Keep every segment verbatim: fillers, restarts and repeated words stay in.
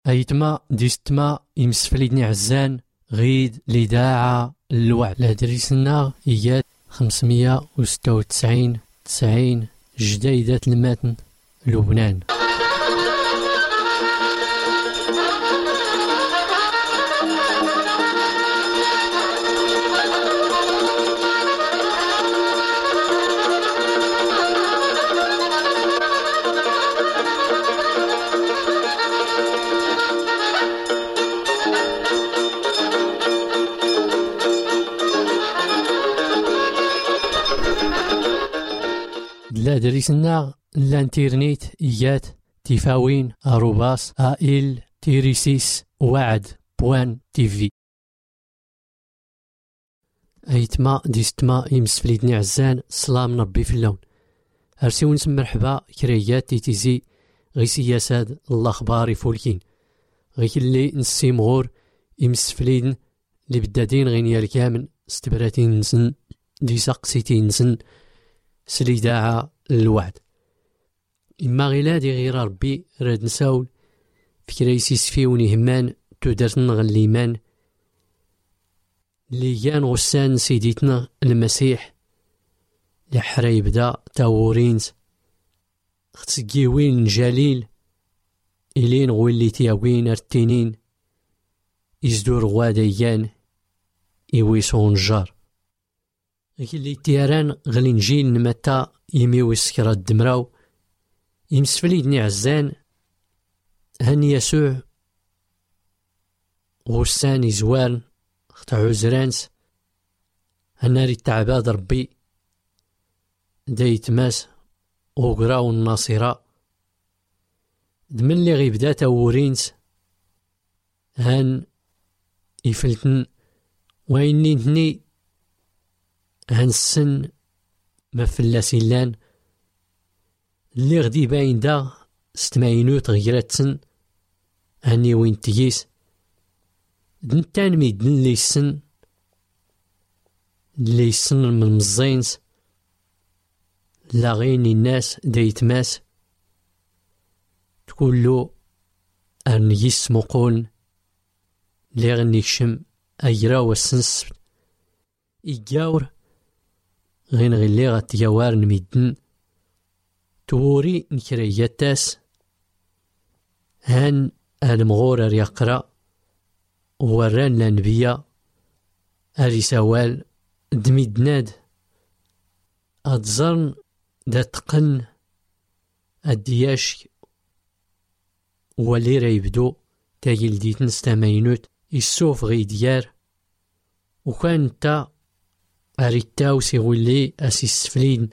أيتما ديستما يمسفليدني عزان غيد لداعة الوعد لدريسنا إيات خمسمية وستة وتسعين تسعين جديدة الماتن لبنان. لا دريسنا الانترنت إيات تفاوين أروباس آئل تيريسيس وعد بوان تيفي. أيتما ديستما يمسفليدني عزان سلام ربي في اللون أرسيون سم مرحبا كريات تيتيزي غي سياساد الأخبار يفولكين غي اللي نسي مغور يمسفليدن اللي بدادين غينيا الكامن استبراتين نسن دي ساقسيتين نسن سليداعة الوعد. إما غيلادي غير ربي راد نساول فكريسيس فيوني همان تودرتن غليمان اللي كان غسان سيديتنا المسيح لحرا يبدا تاورينز ختسكيوين جليل إلين غولي تياوين ارتينين إزدور غواديان إويسون جار اللي تيران غلينجيل نمتا يميو السكرة الدمراو يمسفليدني عزان هن يسوع غسان يزوان خط عزرانس هناري التعباد ربي دايت ماس وقراو الناصرة دملي غيبدا تاورينس هان يفلتن ويني نتني هنسن ما فلاسيلان اللي غدي باين دا ستماينو تغيراتسن هاني وين تجيس دنتان ميدن اللي يسن اللي يسن من مزينس لا غيني الناس دايتماس تقولو أرنيس مقول اللي غنيكشم أجرا والسنس إيجاور غين غيلي غتجاوار نميدن توري نكرياتاس هان المغور ريقرا وران لانبيا أريسوال دميدناد أتزرن دا تقن الدياش ولي ريبدو تايل ديتن ستامينوت يسوف غي ديار وكان تا أريتاو سيغولي أسيسفلين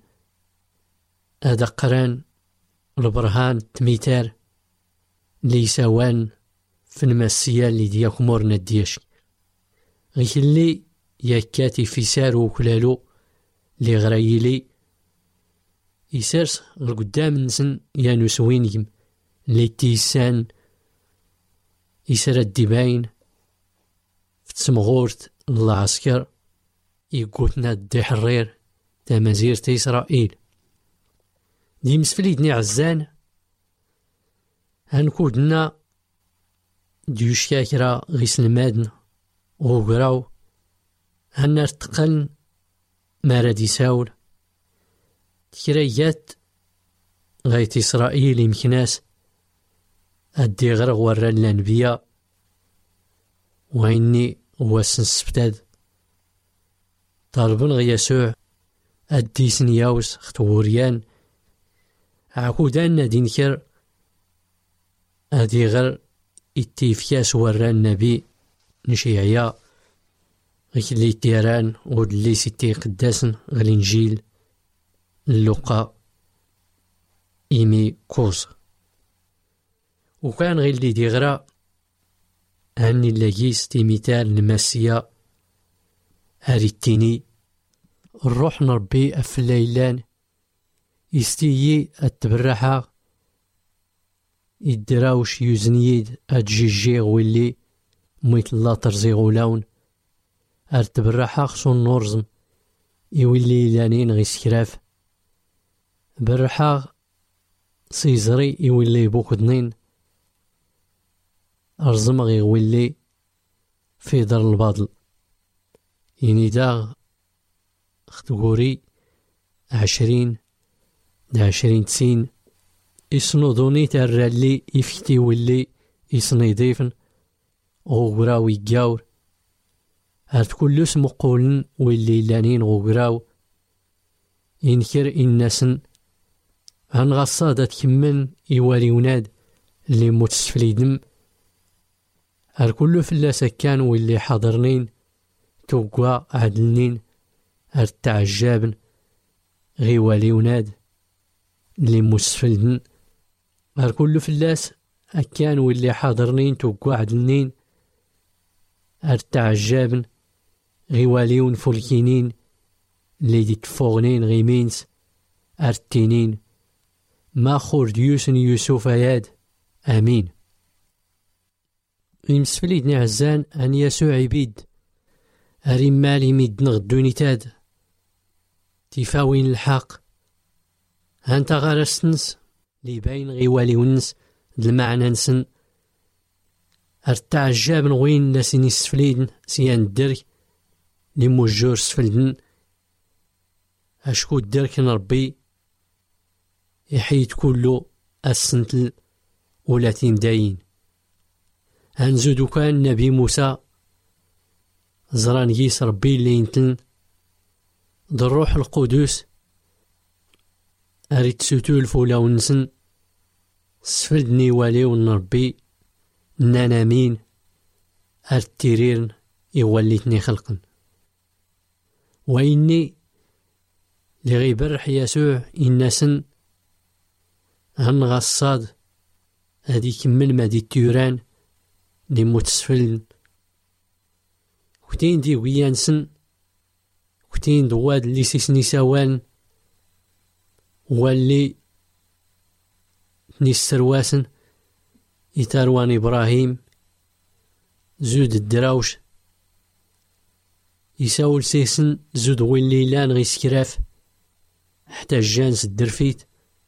أدقران البرهان تميتار ليساوان في المسيا اللي دياك مورنا الدياش غيك اللي يكاتي في سارو وكلالو لي غرايلي يسارس القدام نسن يانو سوينيم لي تيسان يسار الدباين في تسمغورت العسكر يقوتنا دي حرير تا مزيرة إسرائيل دي مسفليدني عزان هنكودنا ديوش كاكرا غيس المادن وقراو هنرتقن مارد يساول تكريات غايت إسرائيل يمكناس أدي غير وران الأنبياء وإني واسن سبتاد طالبن غي يسوع أدي سنياوس ختوريان عقودان نادينكر أدي غير اتفياس وران النبي نشيعيا غيك اللي تيران ودلي ستي قداسن غالإنجيل اللقاء إيمي كوز وكان غير اللي ديغرا هاني اللاجيس تيميتال المسيا هاريتيني الروح نربي أفلايلان يستيي التبرحة يدراوش يوزنيد أتجيجيغ واللي ميت الله ترزيغو لون أرتبرحة خصو النورزم يولي لانين غي سكراف برحة سيزري يولي بوكدنين أرزم غي ولي في دار الباطل يعني دا خدغوري عشرين دا عشرين تسين إسنودوني ترالي إفتي ولي إسني ضيفن غوغراو يجاور هاد كل اسم قولن واللي لانين غوغراو ينكر إنسن هن غصادة كمن يوالي وناد اللي متسفليدم هاد كل فلاسة كان واللي حاضرنين توقوا عدلنين هاد تعجابن غيوالي وناد اللي متسفلدن هاد كل فلاس كان واللي حاضرنين توقوا عدلنين هاد تعجابن غيواليون فولكينين اللي دي تفوغنين غيمينس ارتينين ما خورد يوسن يوسف ياد امين. يمسفليدني عزان ان يسوع عبيد اري مالي ميدن غدوني تاد تيفاوين الحق هانتا غارستنس لي باين غيوالي ونس المعنى نسن ارتعجاب نغوين ناسين يسفليدن سيان الدرك لي موجور سفلدن اشكو الدرك نربي يحيد كله السنتل ولا تيمداين هنزودو كان نبي موسى زران يس ربي اللي ينتن الروح القدس اريد سوتو الفولا ونسن سفلدني والي ونربي نانا مين ارتيريرن يوليتني خلقا وإني لغيبرح يسوع إنسن هن غصاد هادي كمل مادي التيران لي متسفلن كتين دي ويانسن كتين دواد اللي سيسني سوان واللي نيسرواسن إتاروان إبراهيم زود الدراوش يساول سيسن زود ويلي لان غي سكراف حتى جانس الدرفيت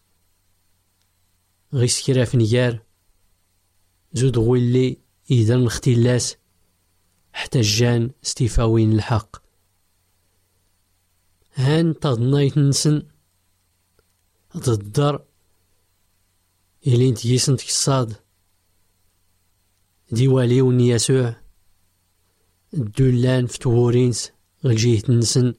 غي سكراف نيار زود ويلي إذا اختلاس حتى جان ستيفاوين الحق هان تظنيت نسن ضدر إلين تيسن تكصاد ديوالي ون يسوع الدولان فتورينس غلجيه نسن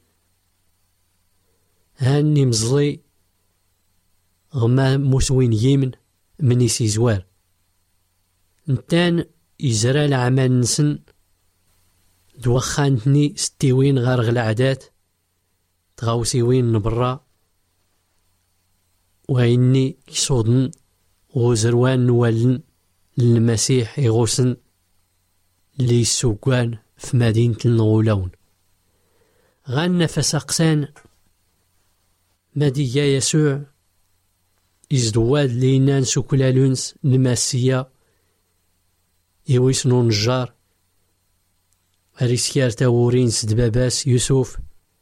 هاني مزلي غما موسوين يمن مني سيزوار نتان يزرى العمال نسن دوخانتني ستيوين غارغ العادات تغاوسيوين نبرا وإني كيصودن وزروان نوالن للمسيح يغوسن لي السوقان في مدينة النغولون غان فساقسان مديا يسوع إزدواد لينان سوكلالونس الماسية يويسنو نجار أريسكار تاورين سدباباس يوسف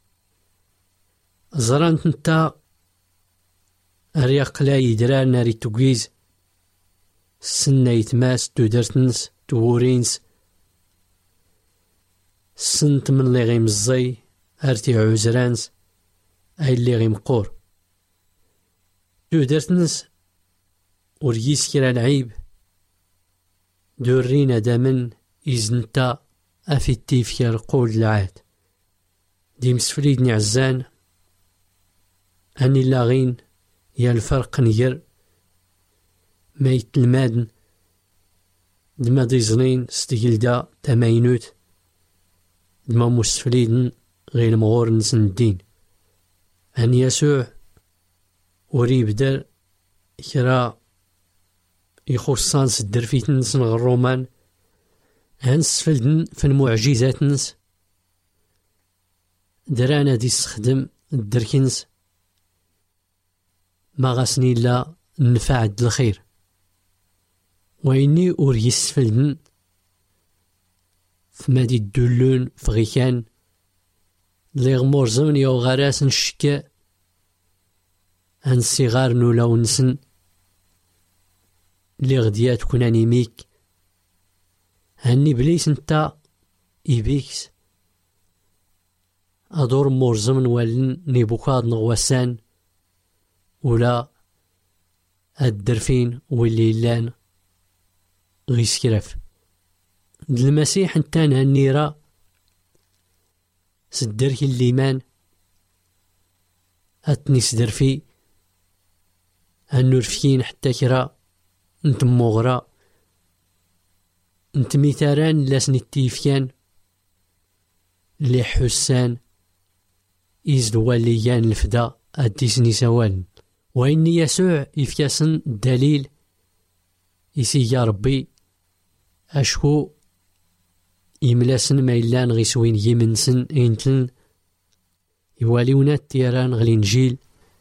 زرانت نتا أريق لا يدران ناري توغيز سنة يتماس تودرتنس تورينس سنت من لي غيم الزي أرتي عزرانس أي اللي غيم قور تودرتنس وريس كرا العيب دورينا دامن إزنتا أفي التيفير قول العاد دي مسفريدني عزان أني لاغين يا الفرق نير ما يتلمادن دما ديزنين ستيلدا تماينوت دما مسفليدن غير مغور نسن الدين أن يسوع وري بدر كرا يخصان سدر فيت نسن الرومان هنس فلدن في المعجزات نس درانا دي استخدم الدركنس ما غاسني لا نفع الخير وإني أور يسفلدن فما دي الدلون فغيكان لي غمور زمن يو غراس نشكا هن صغار نولا ونسن لي غديات كوناني ميك هني بليس انت إيبيكس أدور مرزم نوالن نيبوكاد نغوسان ولا الدرفين واللي لان غيسكرف المسيح انتان هنيرا سدرك الليمان أتني سدرفي هنورفكين حتى كرا انت مغرا انت ميتاران لاسن التيفيان اللي حسان إزدواليان الفدا أديسني سوال وإن يسوع إفكاسن دليل إسي يا ربي أشكو إملاسن ميلان غيسوين يمنسن إنتلن يواليونا تيران غلينجيل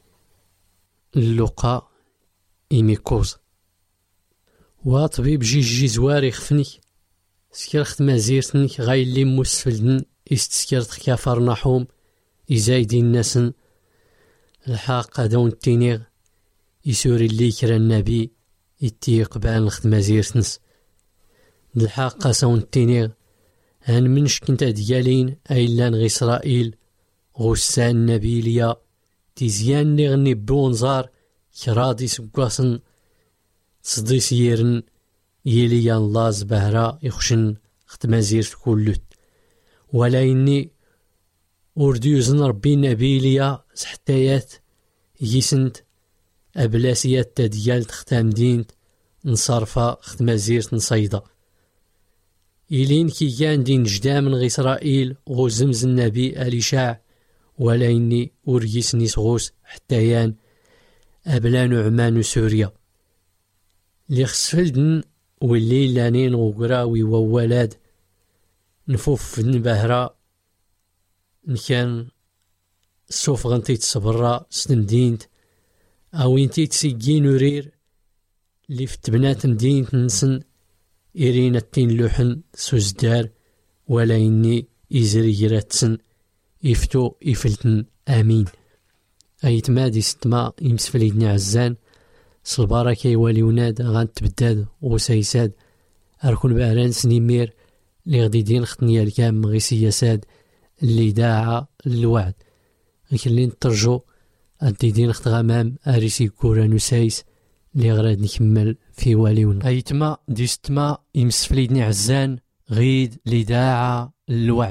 اللقاء إيميكوز وطبيب جيج جي زواري خفني سكرخت مازيرتنك غاي اللي مسفلدن استسكرت كافر نحوم إزايدين الناسن الحاقة دون التينيغ يسوري اللي كرا النبي يتيق بان الخت مازيرتنس الحاقة سون التينيغ هان منش كنت ديالين أيلان غي إسرائيل غسان النبي ليا تيزيان نغني بونزار كرادي سقاسن تصدي سيرن يليان لاز بهرا يخشن خت مازيرت كلت ولا إني ورديوزن ربي نبيليا سحتايات يسنت أبلاسيات تديال تختام دينت نصرفا ختمازيرت نصيدا إلين كي كان دين جدا من غي إسرائيل غوزمز النبي أليشاع ولا إني وريسني صغوس حتايان أبلا نعمان سوريا لي خسفلدن والليل لانين وقراوي وولاد نفوف نبهرا نكان سوف غنتي تصبرا سندينت او انتي تسيجين ورير اللي في تبنات مدينة نسن إيرين التين لوحن سوزدار ولا إني إزري جراتسن إفتو إفلتن آمين أيت مادي ستما يمسفليدني عزان صلباركي واليوناد غان تبداد وسيساد أركون بأران سنيمير اللي غدي دين ختنيا الكام غي سياساد اللي داعا الوعد غيكلي نترجو أدي دين خت غمام أريسي كورانو سايس اللي غراد نكمل في واليون أيتما ديستما يمسفليدني عزان غيد اللي داعا الوعد.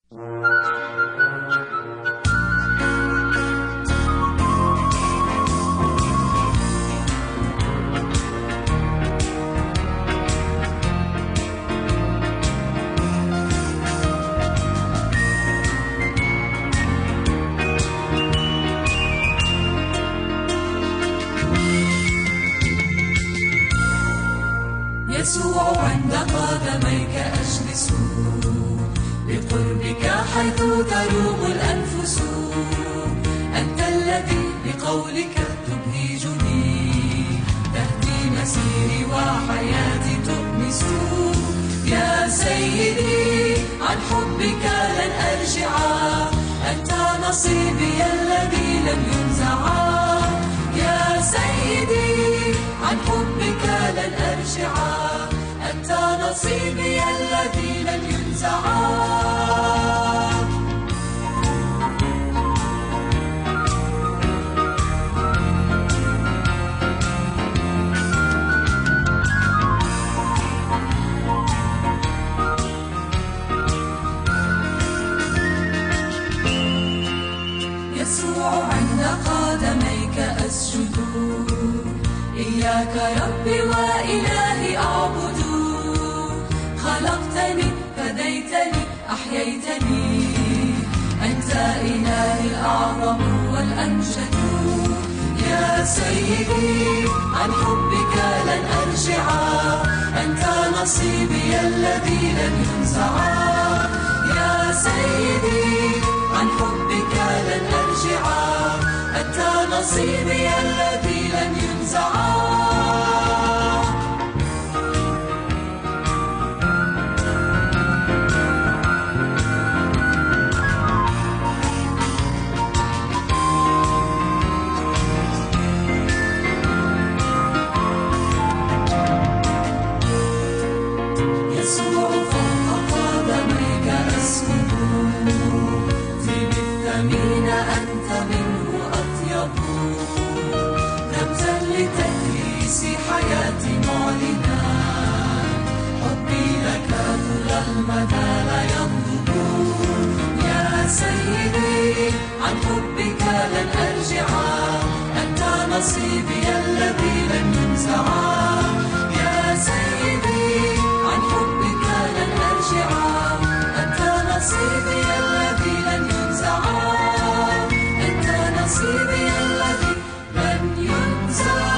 يسوع عند قدميك أجلس بقربك حيث تروم الأنفس أنت الذي بقولك تبهجني تهدي مسيري وحياتي تؤنس يا سيدي عن حبك لن أرجع أنت نصيبي الذي لم ينزع يا سيدي عن حبك لن أرجع أنت نصيبي الذي لن ينزع يسوع عند قدميك أسجد إياك ربي وإلهي أعبد خلقتني فديتني أحييتني أنت إلهي الأعظم والأمجد يا سيدي عن حبك لن أرجع أنت نصيبي الذي لن ينزع يا سيدي عن حبك لن أرجع أنت نصيبي الذي لن ينزع يسوع الحياة معلنا حبي لك طول المدى لا ينضب يا سيدي عن حبك لن أرجع أنت نصيبي الذي لن ينزع يا سيدي عن حبك لن أرجع أنت نصيبي الذي لن ينزع أنت نصيبي الذي لن ينزع.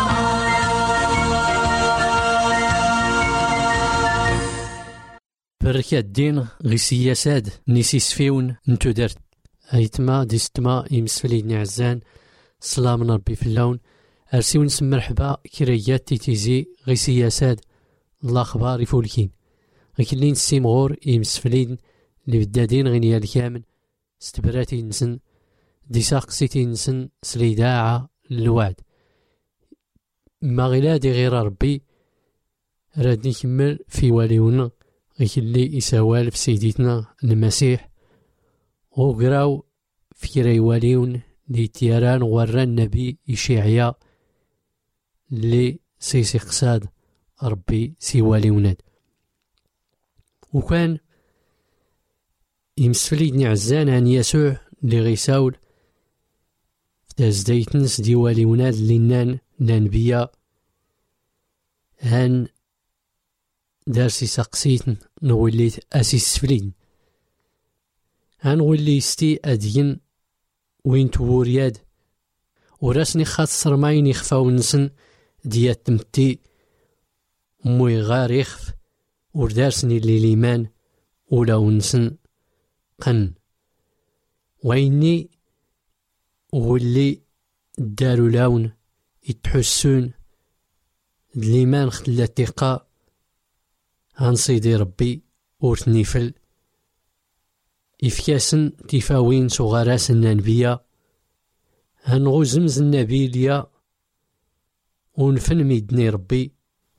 بركة الدين غي سياساد نيسي سفيون نتو درت ايتما ديستما يمسفلي عزان سلام ربي في اللون ارسيو نسم مرحبا كريات تيتيزي غي سياساد الله اخبار يفولكين غيكلين السيمغور يمسفلين اللي بدادين غنيا الكامل استبراتي نسن دي ساقسيتي نسن سليداعة الوعد ما غلادي غير ربي راد نكمل في واليونا غيكلي يساوال في سيديتنا المسيح وقراو في ريواليون لي تيران ورا النبي إشعيا اللي سيسي قصاد ربي سيواليوناد وكان يمسفليدني عزان عن يسوع اللي غيساول تازديتنس ديواليوناد لنان لانبياء هان دارسي سقسيتن نوليت أسي سفلين هان ولي ستي أدين وين تورياد وراسني خاص رماين يخفاو نسن ديات تمتي موي غار يخف وردارسني اللي ليمان ولا نسن قن ويني ولي دارو لاون يتحسون ليمان خلا تيقا هان سيدي ربي ورتنيفل إفكاسن تفاوين صغاراس النبيا هنغو زمز النبي ليا ونفن ميدني ربي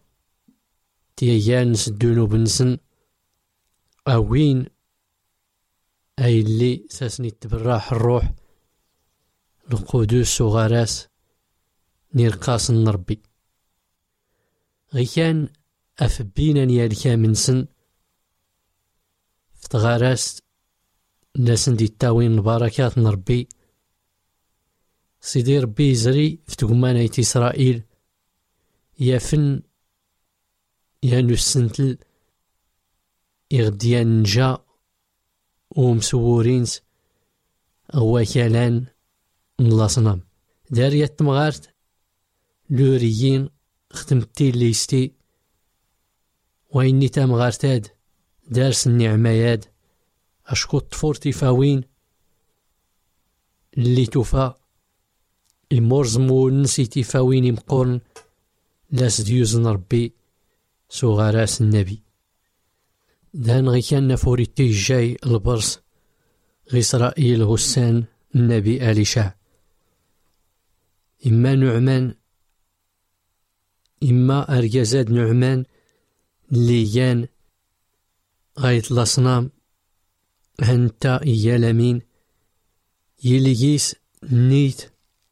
تيجان نسدونو بنسن أوين أي اللي ساسني تبراح الروح القدوس صغاراس نيرقاس ربي غيكان أفبينا نيالكا منسن فتغاراس ناسن دي التاوين البركات نربي سيدي ربي يزري في تقمانة إسرائيل يافن يانو السنتل إغديان نجا ومسورينس أواكالان نلاصنام داريا تمغارت لوريين ختمتي ليستي وإني تمغارتاد دارس النعمياد أشكو طفورتي فاوين اللي توفى المرزمو نسيتي فاوين مقورن لاس ديوزن ربي صغاراس النبي دان غي كان فوريتي جاي البرص غي إسرائيل غسان النبي أليشع إما نعمان إما أرجازاد نعمان اللي كان غايت الأصنام هنتا إيالامين يليجيس نيت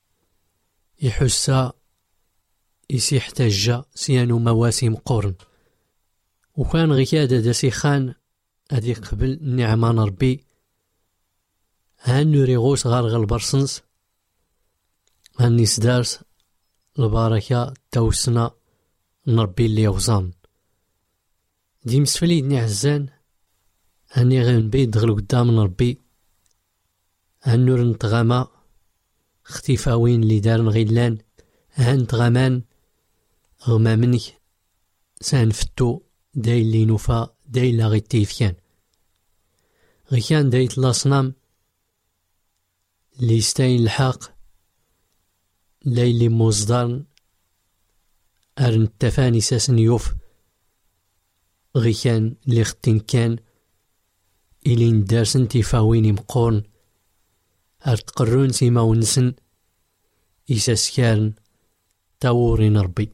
يحسا يسيحتاجا سيانو مواسم قرن وكان غيادة داسي خان أدي قبل نعمان ربي هان نوريغوس غارغ البرسنس هان نسدارس البركة توسنا نربي اللي غزان دي مسفلي دني عزان هاني غنبي دغل قدام نربي هان نور نتغاما اختفاوين اللي دارن غيلان هان تغامان غما منك سانفتو داي اللي نوفا داي لا غي تيفيان غي كان دايت لاصنام اللي يستاين الحق ليلي موزدان أرن التفاني ساسن يوف غي كان اللي ختين كان إلي ندارسن تيفاويني مقورن أرتقرون سيما ونسن إساسكارن تاورين ربي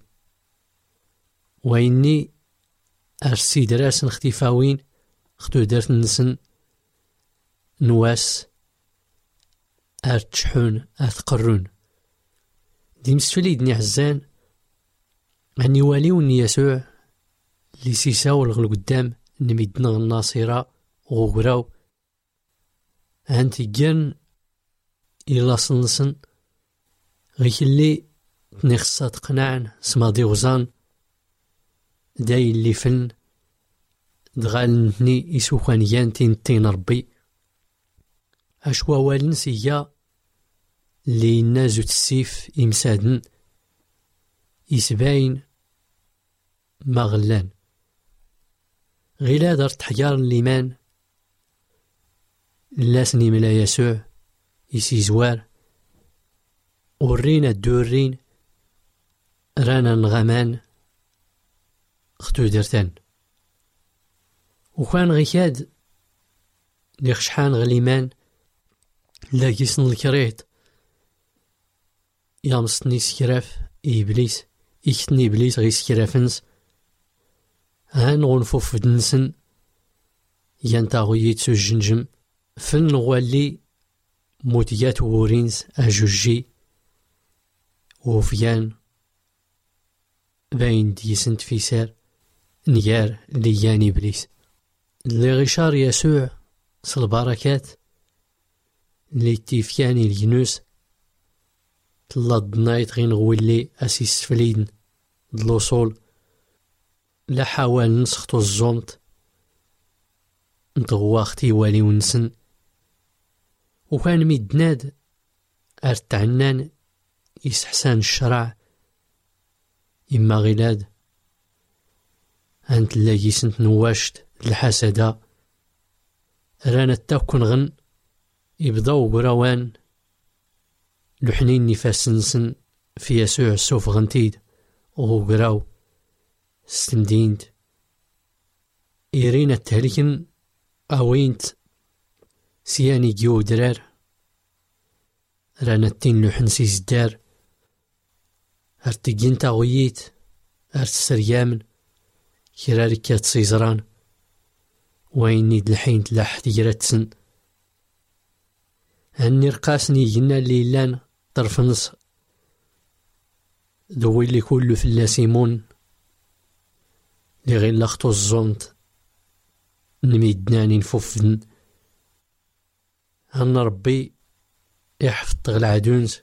وإني أرسي دراسن اختفاوين اختو دارت نسن نواس أرتشحون أتقرون دي مسفلي دني عزان أني واليون يسوع اللي سيساو الغل قدام نميدنا الناصرة وغراو هانتي جان إلا صنصن غيك اللي تنخصا تقنعن سماضي غزان داي اللي فن دغال نتني يسوخان يانتين تين ربي أشوا والن سيا اللي نازو السيف إمسادن يسباين ما غلان غيلا دارت حجار الليمان لاسني ملا يسوع يسي زوار ورينا الدورين رانا الغمان اختو درتان وكان غيكاد ليخشحان غليمان لاقيسن الكريت يامسني سكراف إبليس إكتني إبليس غي سكرافنس هان غنفو فدنسن ينتاغو يتسو الجنجم فن غوالي موتيات وورينس أجوجي وفيان باين ديسنت في سار نيار ليان إبليس اللي غيشار يسوع صالبركات اللي تيفياني الجنوس تلاد نايت غين غولي أسيس فليدن دلوصول لا حاول نسخطو الزومت نتغواختي والي ونسن وكان ميدناد أرتعنان يسحسان الشرع إما غلاد أنت لاقي سنت نواشت الحسدة رانا تاكن غن يبداو قراوان لحنين نفاس نسن في يسوع السوف غنتيد وهو قراو ستمدينت إيرينا التهلكن أوينت سياني جيو درار رانا التين لحن سيزدار ارتقين تاغويت ارت سريامن كراركات سيزران وين نيد الحين تلاح تجرتسن هني رقاسني جنا ليلان طرف نص دوي اللي كله في اللاسيمون لي غير لخطو الزونت نميدناني نفوفن هن ربي يحفظ العدونز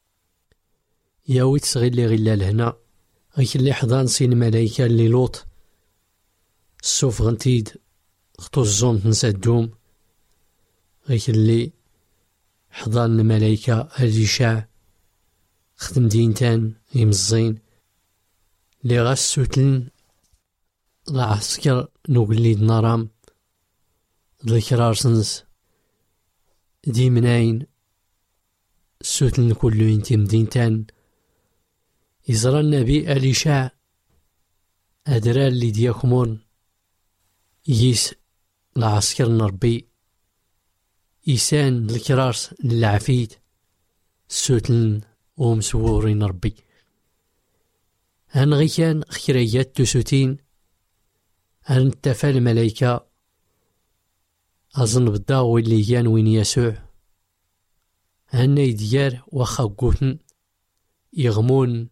ياويت صغير لي غير لهنا غيك اللي حضان سين ملايكة اللي لوط السوف غنتيد خطو الزونت نسادوم غيك اللي حضان الملايكة الجشاع خدم دينتان يمزين لي غاسوتلن العسكر نوغليد نرام ذكرارسنس دي مناين سوتلن كلو ينتم دينتان يزرى النبي أليشاع أدرار اللي دياكمون يس العسكر نربي إيسان الكرارس للعفيد سوتلن ومسورين ربي هن غيكان خيريات تسوتين هن التفا الملايكة أظن بالداو اللي كان وين يسوع هن يديار وخا قوتن يغمون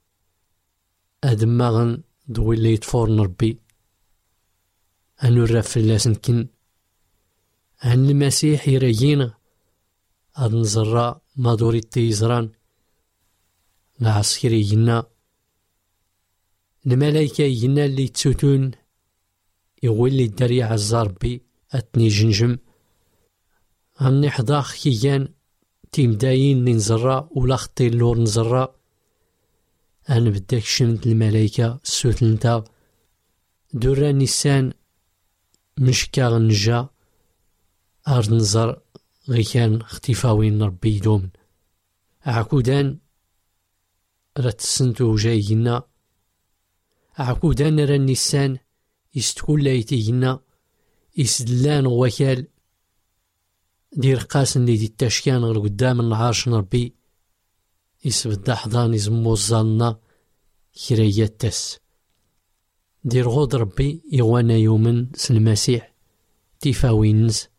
أدماغن دو اللي يتفور ربي هنو الرف اللاسن كن هن المسيح يريين هاد نزرع ما دوري التيزران العسكري ينا الملايكة ينا اللي تسوتون يولي الدري عزا ربي أتني جنجم هني حضاخ كيان تيم داين نزرع ولا خطي اللور نزرع أنا بداك شمت الملايكة سوتلنتا دورا نيسان مشكا غنجا أرض نزر غي كان اختفاوين ربي دومن عكودان رتسنتو جاينا عكودان راه النسان يستكون لايتينا يسدلان وكال دير قاسن لي دي التاشكان غير قدام العرش نربي يسبدا حضان يزمو الظالنا كريات تس دير غود ربي يوانا يومن سلمسيح تيفاوينز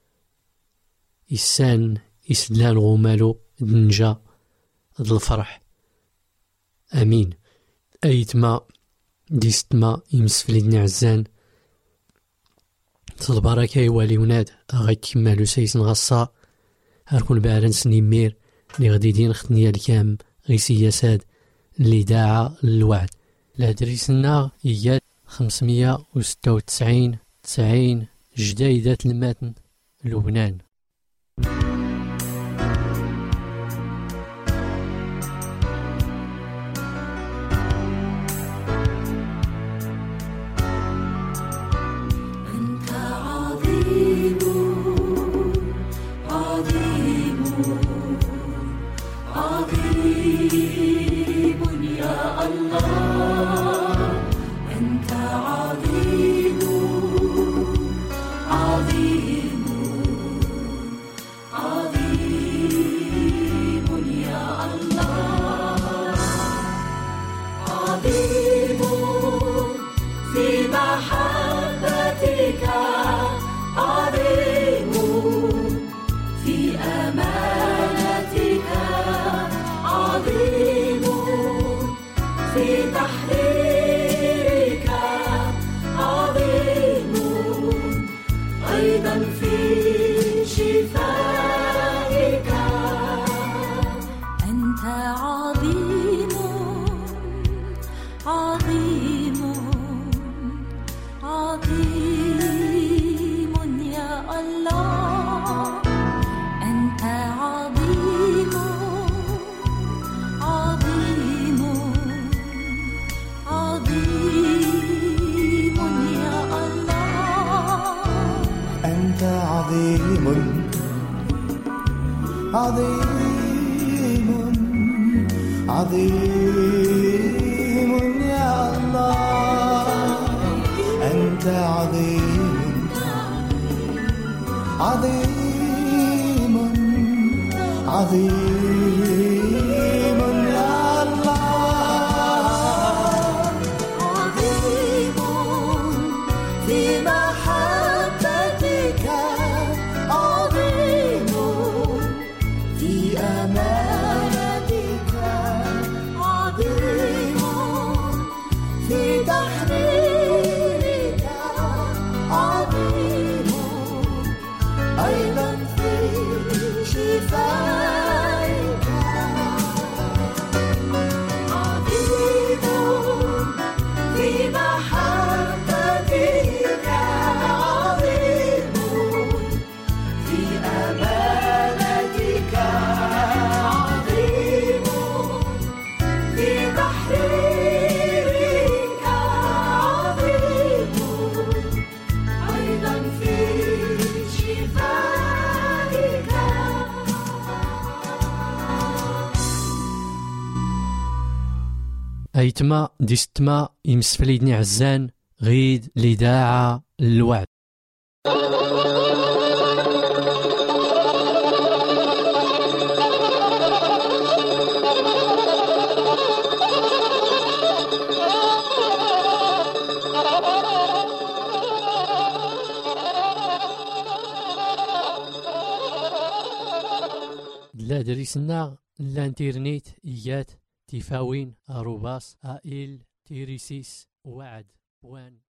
يسان يسدلان غمالو دنجا ذا الفرح. امين. ايتما دي ستما يمسفليدني عزان البركة يوالي وناد غايت كمالو سيسن غصا هاركون بعرن سنيمير لي غادي دين ختنيا الكام غي سياسات اللي داعا للوعد الادريسنا هي خمسمية وستة وتسعين تسعين جديدة الماتن لبنان. عظيم عظيم يا الله أنت عظيم عظيم عظيم يا الله عظيم في محبتك عظيم في أمانتك عظيم في تحريرك عظيم أيضا في شفائك عظيم في محبتك عظيم في أمانتك عظيم في تحريرك عظيم أيضا في شفائك. أيتما ديستما يمسفليدني عزان غيد لداعة الوعد. لا دريسنا الانترنت إيات تفاوين أروباس آئل تيريسيس وعد وان